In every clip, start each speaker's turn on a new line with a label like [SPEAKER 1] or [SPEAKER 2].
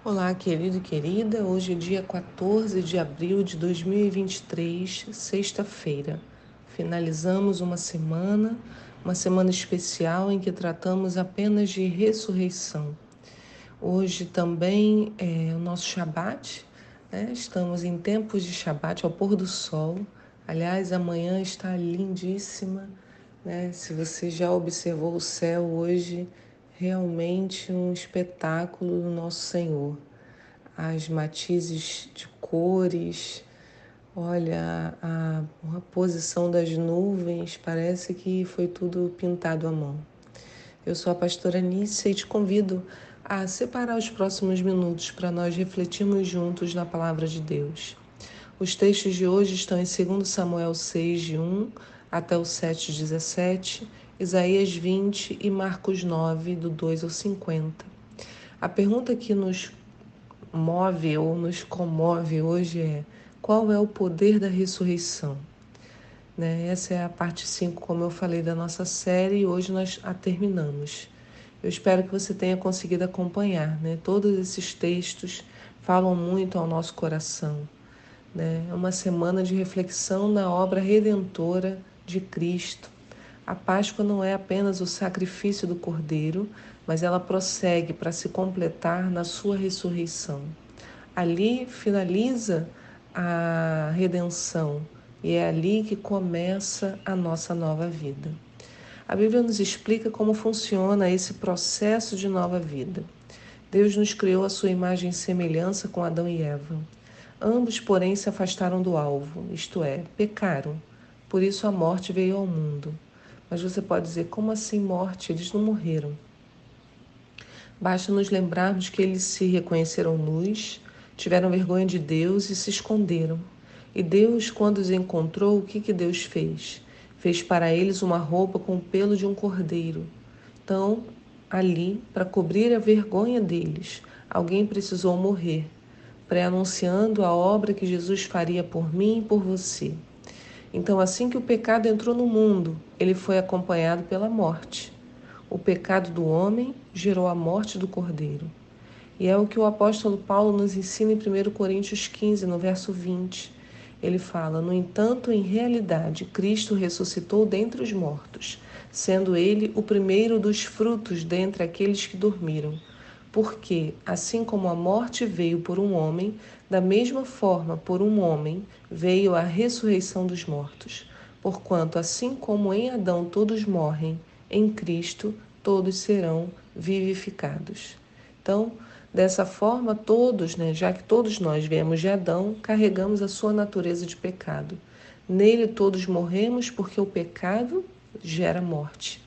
[SPEAKER 1] Olá, querido e querida. Hoje é dia 14 de abril de 2023, sexta-feira. Finalizamos uma semana especial em que tratamos apenas de ressurreição. Hoje também é o nosso Shabat, né? Estamos em tempos de Shabat ao pôr do sol. Aliás, amanhã está lindíssima, né? Se você já observou o céu hoje, realmente um espetáculo do nosso Senhor. As matizes de cores, olha, a posição das nuvens, parece que foi tudo pintado à mão. Eu sou a pastora Nícia e te convido a separar os próximos minutos para nós refletirmos juntos na palavra de Deus. Os textos de hoje estão em 2 Samuel 6, de 1 até o 7, 17, Isaías 20 e Marcos 9, do 2 ao 50. A pergunta que nos move ou nos comove hoje é: qual é o poder da ressurreição? Essa é a parte 5, como eu falei, da nossa série, e hoje nós a terminamos. Eu espero que você tenha conseguido acompanhar, Todos esses textos falam muito ao nosso coração, É uma semana de reflexão na obra redentora de Cristo. A Páscoa não é apenas o sacrifício do Cordeiro, mas ela prossegue para se completar na sua ressurreição. Ali finaliza a redenção e é ali que começa a nossa nova vida. A Bíblia nos explica como funciona esse processo de nova vida. Deus nos criou à sua imagem e semelhança com Adão e Eva. Ambos, porém, se afastaram do alvo, isto é, pecaram. Por isso a morte veio ao mundo. Mas você pode dizer, como assim morte? Eles não morreram. Basta nos lembrarmos que eles se reconheceram nus, tiveram vergonha de Deus e se esconderam. E Deus, quando os encontrou, o que Deus fez? Fez para eles uma roupa com o pelo de um cordeiro. Então, ali, para cobrir a vergonha deles, alguém precisou morrer, pré-anunciando a obra que Jesus faria por mim e por você. Então, assim que o pecado entrou no mundo, ele foi acompanhado pela morte. O pecado do homem gerou a morte do Cordeiro. E é o que o apóstolo Paulo nos ensina em 1 Coríntios 15, no verso 20. Ele fala: no entanto, em realidade, Cristo ressuscitou dentre os mortos, sendo ele o primeiro dos frutos dentre aqueles que dormiram. Porque, assim como a morte veio por um homem, da mesma forma, por um homem, veio a ressurreição dos mortos. Porquanto, assim como em Adão todos morrem, em Cristo todos serão vivificados. Então, dessa forma, todos, já que todos nós viemos de Adão, carregamos a sua natureza de pecado. Nele todos morremos porque o pecado gera morte.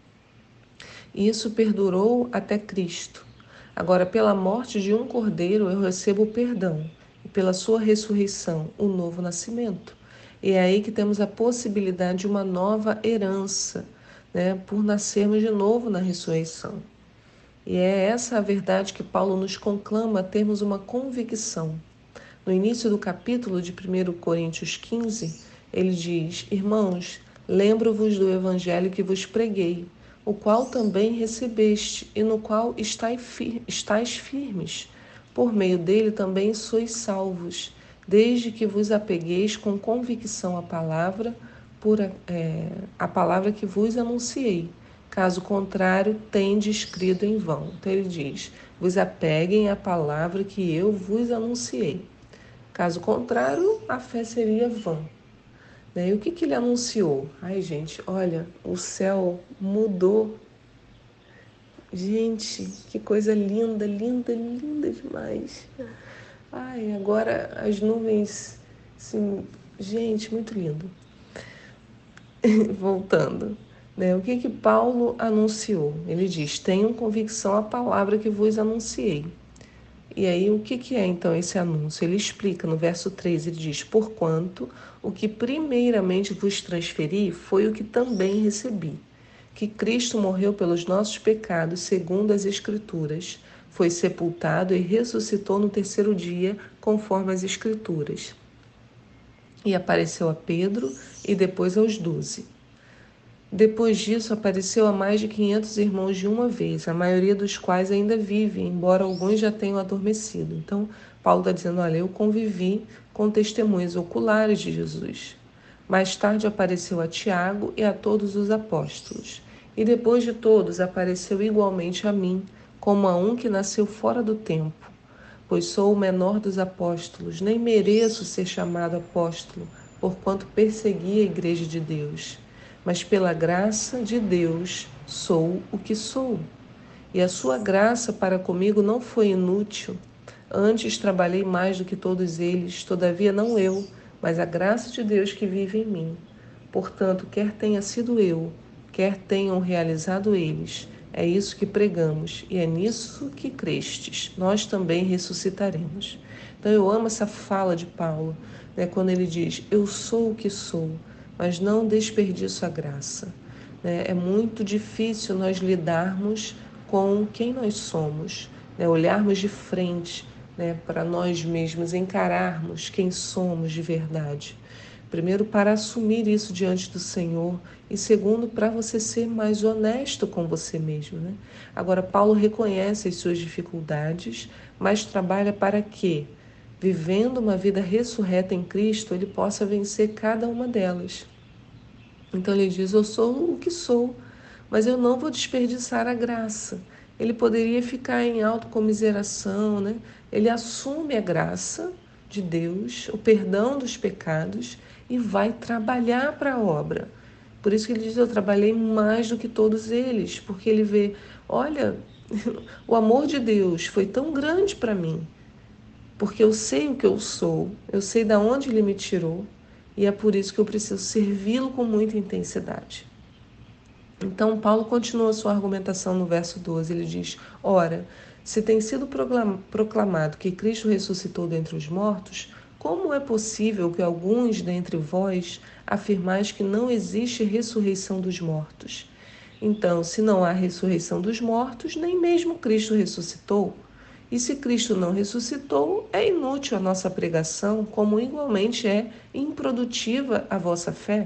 [SPEAKER 1] Isso perdurou até Cristo. Agora, pela morte de um cordeiro, eu recebo o perdão, e pela sua ressurreição, o novo nascimento. E é aí que temos a possibilidade de uma nova herança, por nascermos de novo na ressurreição. E é essa a verdade que Paulo nos conclama a termos uma convicção. No início do capítulo de 1 Coríntios 15, ele diz: irmãos, lembro-vos do evangelho que vos preguei, o qual também recebeste e no qual estáis firmes. Por meio dele também sois salvos, desde que vos apegueis com convicção à palavra, a palavra que vos anunciei. Caso contrário, tendes crido em vão. Então ele diz: vos apeguem à palavra que eu vos anunciei. Caso contrário, a fé seria vã. E o que ele anunciou? Ai, gente, olha, o céu mudou. Gente, que coisa linda, linda, linda demais. Ai, agora as nuvens, assim, gente, muito lindo. Voltando, o que Paulo anunciou? Ele diz: tenham convicção à palavra que vos anunciei. E aí, o que é então esse anúncio? Ele explica no verso 3, ele diz: porquanto o que primeiramente vos transferi foi o que também recebi, que Cristo morreu pelos nossos pecados, segundo as Escrituras, foi sepultado e ressuscitou no terceiro dia, conforme as Escrituras. E apareceu a Pedro e depois aos 12. Depois disso, apareceu a mais de 500 irmãos de uma vez, a maioria dos quais ainda vive, embora alguns já tenham adormecido. Então, Paulo está dizendo, olha, eu convivi com testemunhas oculares de Jesus. Mais tarde apareceu a Tiago e a todos os apóstolos. E depois de todos, apareceu igualmente a mim, como a um que nasceu fora do tempo. Pois sou o menor dos apóstolos, nem mereço ser chamado apóstolo, porquanto persegui a igreja de Deus. Mas pela graça de Deus sou o que sou. E a sua graça para comigo não foi inútil. Antes trabalhei mais do que todos eles, todavia não eu, mas a graça de Deus que vive em mim. Portanto, quer tenha sido eu, quer tenham realizado eles, é isso que pregamos e é nisso que crestes. Nós também ressuscitaremos. Então eu amo essa fala de Paulo, né, quando ele diz, eu sou o que sou, mas não desperdiço a graça. É muito difícil nós lidarmos com quem nós somos, né, olharmos de frente, né, para nós mesmos, encararmos quem somos de verdade. Primeiro, para assumir isso diante do Senhor, e segundo, para você ser mais honesto com você mesmo, né? Agora, Paulo reconhece as suas dificuldades, mas trabalha para que, vivendo uma vida ressurreta em Cristo, ele possa vencer cada uma delas. Então ele diz, eu sou o que sou, mas eu não vou desperdiçar a graça. Ele poderia ficar em autocomiseração, né? Ele assume a graça de Deus, o perdão dos pecados e vai trabalhar para a obra. Por isso que ele diz, eu trabalhei mais do que todos eles, porque ele vê, olha, o amor de Deus foi tão grande para mim, porque eu sei o que eu sou, eu sei de onde ele me tirou, e é por isso que eu preciso servi-lo com muita intensidade. Então, Paulo continua sua argumentação no verso 12. Ele diz, ora, se tem sido proclamado que Cristo ressuscitou dentre os mortos, como é possível que alguns dentre vós afirmais que não existe ressurreição dos mortos? Então, se não há ressurreição dos mortos, nem mesmo Cristo ressuscitou. E se Cristo não ressuscitou, é inútil a nossa pregação, como igualmente é improdutiva a vossa fé.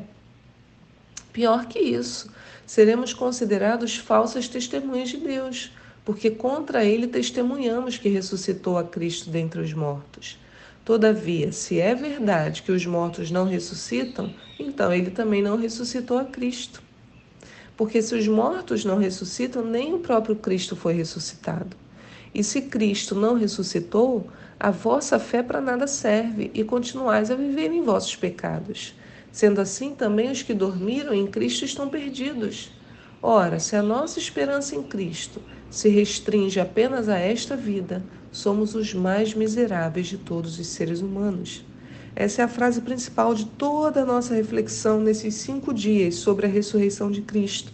[SPEAKER 1] Pior que isso, seremos considerados falsas testemunhas de Deus, porque contra ele testemunhamos que ressuscitou a Cristo dentre os mortos. Todavia, se é verdade que os mortos não ressuscitam, então ele também não ressuscitou a Cristo. Porque se os mortos não ressuscitam, nem o próprio Cristo foi ressuscitado. E se Cristo não ressuscitou, a vossa fé para nada serve e continuais a viver em vossos pecados. Sendo assim, também os que dormiram em Cristo estão perdidos. Ora, se a nossa esperança em Cristo se restringe apenas a esta vida, somos os mais miseráveis de todos os seres humanos. Essa é a frase principal de toda a nossa reflexão nesses 5 dias sobre a ressurreição de Cristo.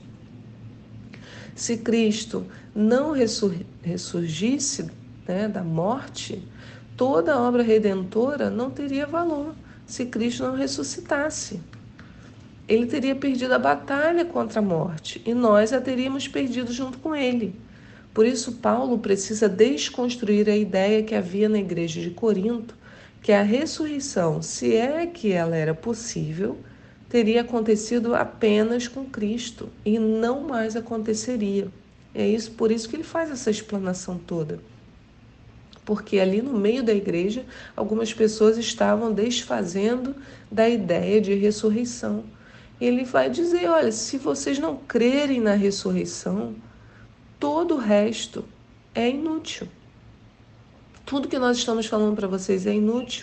[SPEAKER 1] Se Cristo não ressurgisse, né, da morte, toda a obra redentora não teria valor. Se Cristo não ressuscitasse, ele teria perdido a batalha contra a morte e nós a teríamos perdido junto com ele. Por isso, Paulo precisa desconstruir a ideia que havia na igreja de Corinto, que a ressurreição, se é que ela era possível, teria acontecido apenas com Cristo e não mais aconteceria. É isso, por isso que ele faz essa explanação toda. Porque ali no meio da igreja, algumas pessoas estavam desfazendo da ideia de ressurreição. E ele vai dizer, olha, se vocês não crerem na ressurreição, todo o resto é inútil. Tudo que nós estamos falando para vocês é inútil,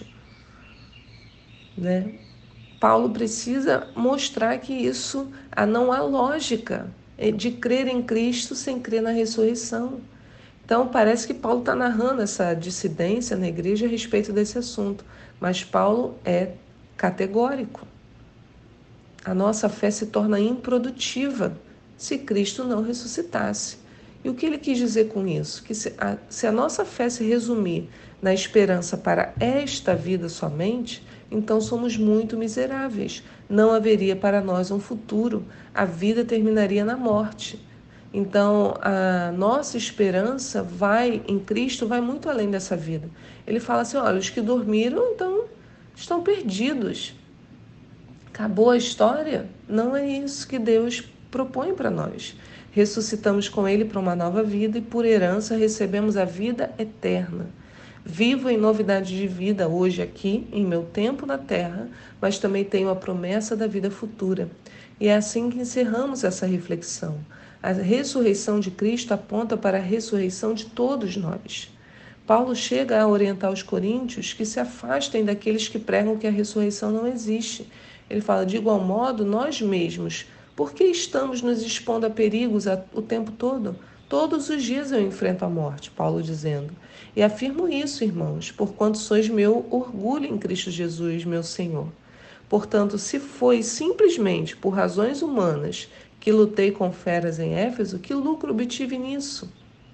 [SPEAKER 1] né? Paulo precisa mostrar que isso não há lógica de crer em Cristo sem crer na ressurreição. Então, parece que Paulo está narrando essa dissidência na igreja a respeito desse assunto, mas Paulo é categórico. A nossa fé se torna improdutiva se Cristo não ressuscitasse. E o que ele quis dizer com isso? Que se a nossa fé se resumir na esperança para esta vida somente, então somos muito miseráveis. Não haveria para nós um futuro. A vida terminaria na morte. Então, a nossa esperança em Cristo vai muito além dessa vida. Ele fala assim, olha, os que dormiram, então, estão perdidos. Acabou a história? Não é isso que Deus propõe para nós. Ressuscitamos com Ele para uma nova vida e, por herança, recebemos a vida eterna. Vivo em novidade de vida hoje aqui, em meu tempo na terra, mas também tenho a promessa da vida futura. E é assim que encerramos essa reflexão. A ressurreição de Cristo aponta para a ressurreição de todos nós. Paulo chega a orientar os coríntios que se afastem daqueles que pregam que a ressurreição não existe. Ele fala, de igual modo, nós mesmos, por que estamos nos expondo a perigos o tempo todo? Todos os dias eu enfrento a morte, Paulo dizendo. E afirmo isso, irmãos, porquanto sois meu orgulho em Cristo Jesus, meu Senhor. Portanto, se foi simplesmente por razões humanas que lutei com feras em Éfeso, que lucro obtive nisso?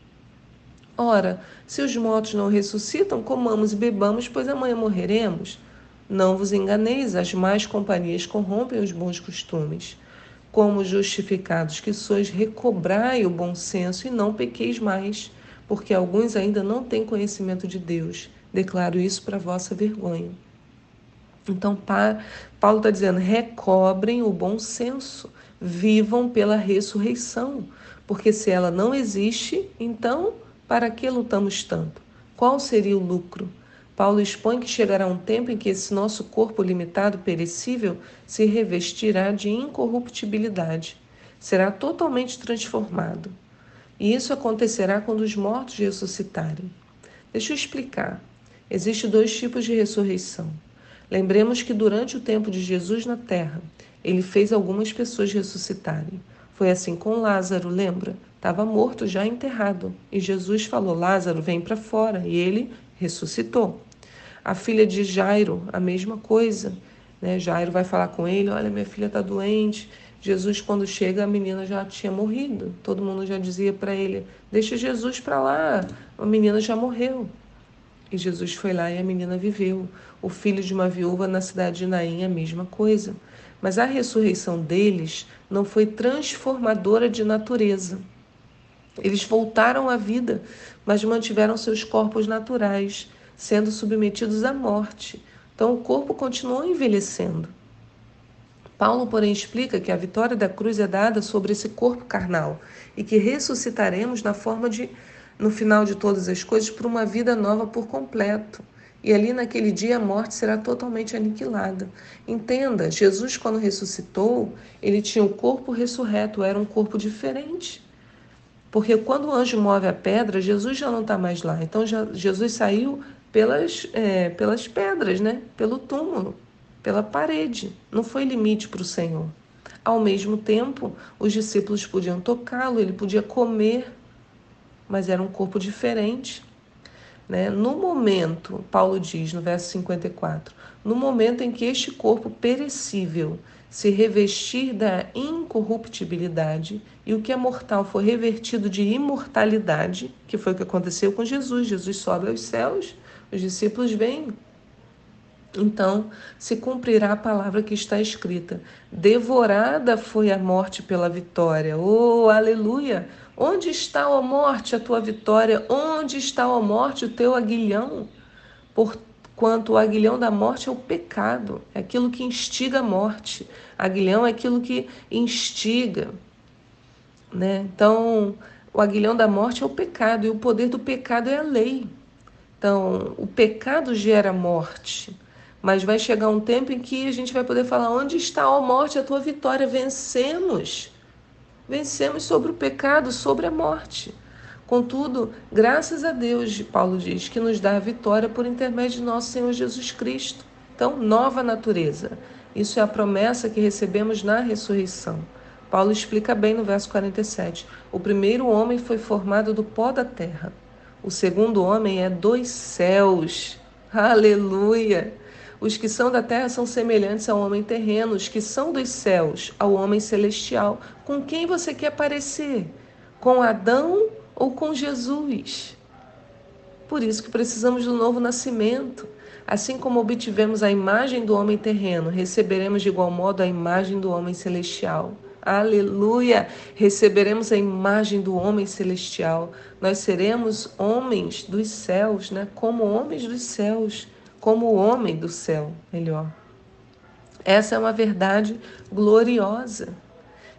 [SPEAKER 1] Ora, se os mortos não ressuscitam, comamos e bebamos, pois amanhã morreremos. Não vos enganeis, as más companhias corrompem os bons costumes. Como justificados que sois, recobrai o bom senso e não pequeis mais, porque alguns ainda não têm conhecimento de Deus. Declaro isso para vossa vergonha. Então, Paulo está dizendo, recobrem o bom senso, vivam pela ressurreição, porque se ela não existe, então, para que lutamos tanto? Qual seria o lucro? Paulo expõe que chegará um tempo em que esse nosso corpo limitado, perecível, se revestirá de incorruptibilidade, será totalmente transformado. E isso acontecerá quando os mortos ressuscitarem. Deixa eu explicar. Existem dois tipos de ressurreição. Lembremos que durante o tempo de Jesus na terra, ele fez algumas pessoas ressuscitarem. Foi assim com Lázaro, lembra? Estava morto, já enterrado. E Jesus falou, Lázaro, vem para fora. E ele ressuscitou. A filha de Jairo, a mesma coisa. Né? Jairo vai falar com ele, olha, minha filha está doente. Jesus, quando chega, a menina já tinha morrido. Todo mundo já dizia para ele, deixa Jesus para lá, a menina já morreu. E Jesus foi lá e a menina viveu. O filho de uma viúva na cidade de Naim, a mesma coisa. Mas a ressurreição deles não foi transformadora de natureza. Eles voltaram à vida, mas mantiveram seus corpos naturais, sendo submetidos à morte. Então o corpo continuou envelhecendo. Paulo, porém, explica que a vitória da cruz é dada sobre esse corpo carnal e que ressuscitaremos no final de todas as coisas, por uma vida nova por completo. E ali naquele dia a morte será totalmente aniquilada. Entenda, Jesus quando ressuscitou, ele tinha o corpo ressurreto, era um corpo diferente. Porque quando o anjo move a pedra, Jesus já não está mais lá. Então Jesus saiu pelas pedras, né? Pelo túmulo, pela parede. Não foi limite para o Senhor. Ao mesmo tempo, os discípulos podiam tocá-lo, ele podia comer, mas era um corpo diferente. Né? No momento, Paulo diz no verso 54, no momento em que este corpo perecível se revestir da incorruptibilidade e o que é mortal for revertido de imortalidade, que foi o que aconteceu com Jesus. Jesus sobe aos céus, os discípulos vêm. Então, se cumprirá a palavra que está escrita. Devorada foi a morte pela vitória. Oh, aleluia! Onde está, ó morte, a tua vitória? Onde está, ó morte, o teu aguilhão? Porquanto o aguilhão da morte é o pecado, é aquilo que instiga a morte. Aguilhão é aquilo que instiga, né? Então, o aguilhão da morte é o pecado, e o poder do pecado é a lei. Então, o pecado gera morte, mas vai chegar um tempo em que a gente vai poder falar, onde está, ó morte, a tua vitória? Vencemos. Vencemos sobre o pecado, sobre a morte. Contudo, graças a Deus, Paulo diz, que nos dá a vitória por intermédio de nosso Senhor Jesus Cristo. Então, nova natureza. Isso é a promessa que recebemos na ressurreição. Paulo explica bem no verso 47. O primeiro homem foi formado do pó da terra. O segundo homem é dos céus. Aleluia! Os que são da terra são semelhantes ao homem terreno, os que são dos céus, ao homem celestial. Com quem você quer parecer? Com Adão ou com Jesus? Por isso que precisamos do novo nascimento. Assim como obtivemos a imagem do homem terreno, receberemos de igual modo a imagem do homem celestial. Aleluia! Receberemos a imagem do homem celestial. Nós seremos homens dos céus, né? Como homens dos céus. Como o homem do céu, melhor. Essa é uma verdade gloriosa.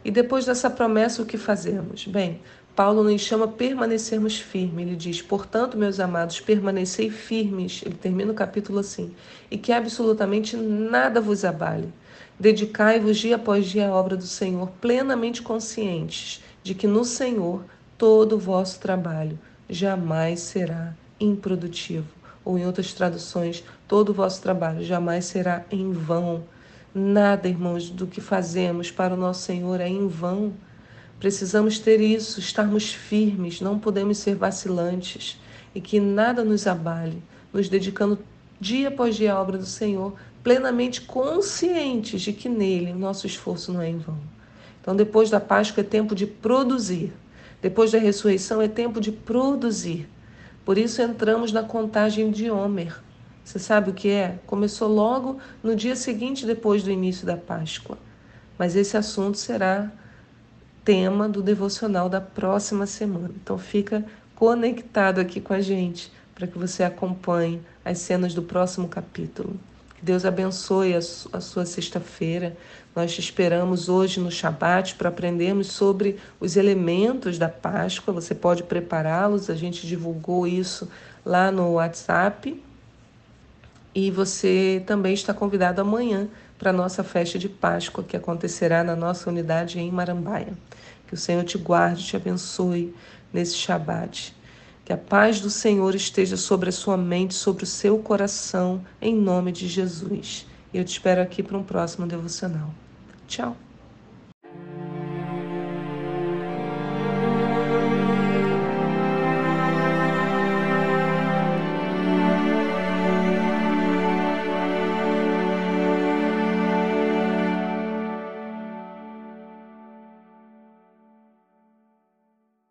[SPEAKER 1] E depois dessa promessa, o que fazemos? Bem, Paulo nos chama a permanecermos firmes. Ele diz, portanto, meus amados, permanecei firmes. Ele termina o capítulo assim. E que absolutamente nada vos abale. Dedicai-vos dia após dia à obra do Senhor, plenamente conscientes de que no Senhor todo o vosso trabalho jamais será improdutivo. Ou em outras traduções, todo o vosso trabalho jamais será em vão. Nada, irmãos, do que fazemos para o nosso Senhor é em vão. Precisamos ter isso, estarmos firmes, não podemos ser vacilantes e que nada nos abale, nos dedicando dia após dia à obra do Senhor, plenamente conscientes de que nele o nosso esforço não é em vão. Então, depois da Páscoa é tempo de produzir, depois da ressurreição é tempo de produzir. Por isso entramos na contagem de Homer. Você sabe o que é? Começou logo no dia seguinte depois do início da Páscoa. Mas esse assunto será tema do devocional da próxima semana. Então fica conectado aqui com a gente para que você acompanhe as cenas do próximo capítulo. Que Deus abençoe a sua sexta-feira. Nós te esperamos hoje no Shabat para aprendermos sobre os elementos da Páscoa. Você pode prepará-los, a gente divulgou isso lá no WhatsApp. E você também está convidado amanhã para a nossa festa de Páscoa, que acontecerá na nossa unidade em Marambaia. Que o Senhor te guarde, te abençoe nesse Shabat. Que a paz do Senhor esteja sobre a sua mente, sobre o seu coração, em nome de Jesus. E eu te espero aqui para um próximo devocional. Tchau!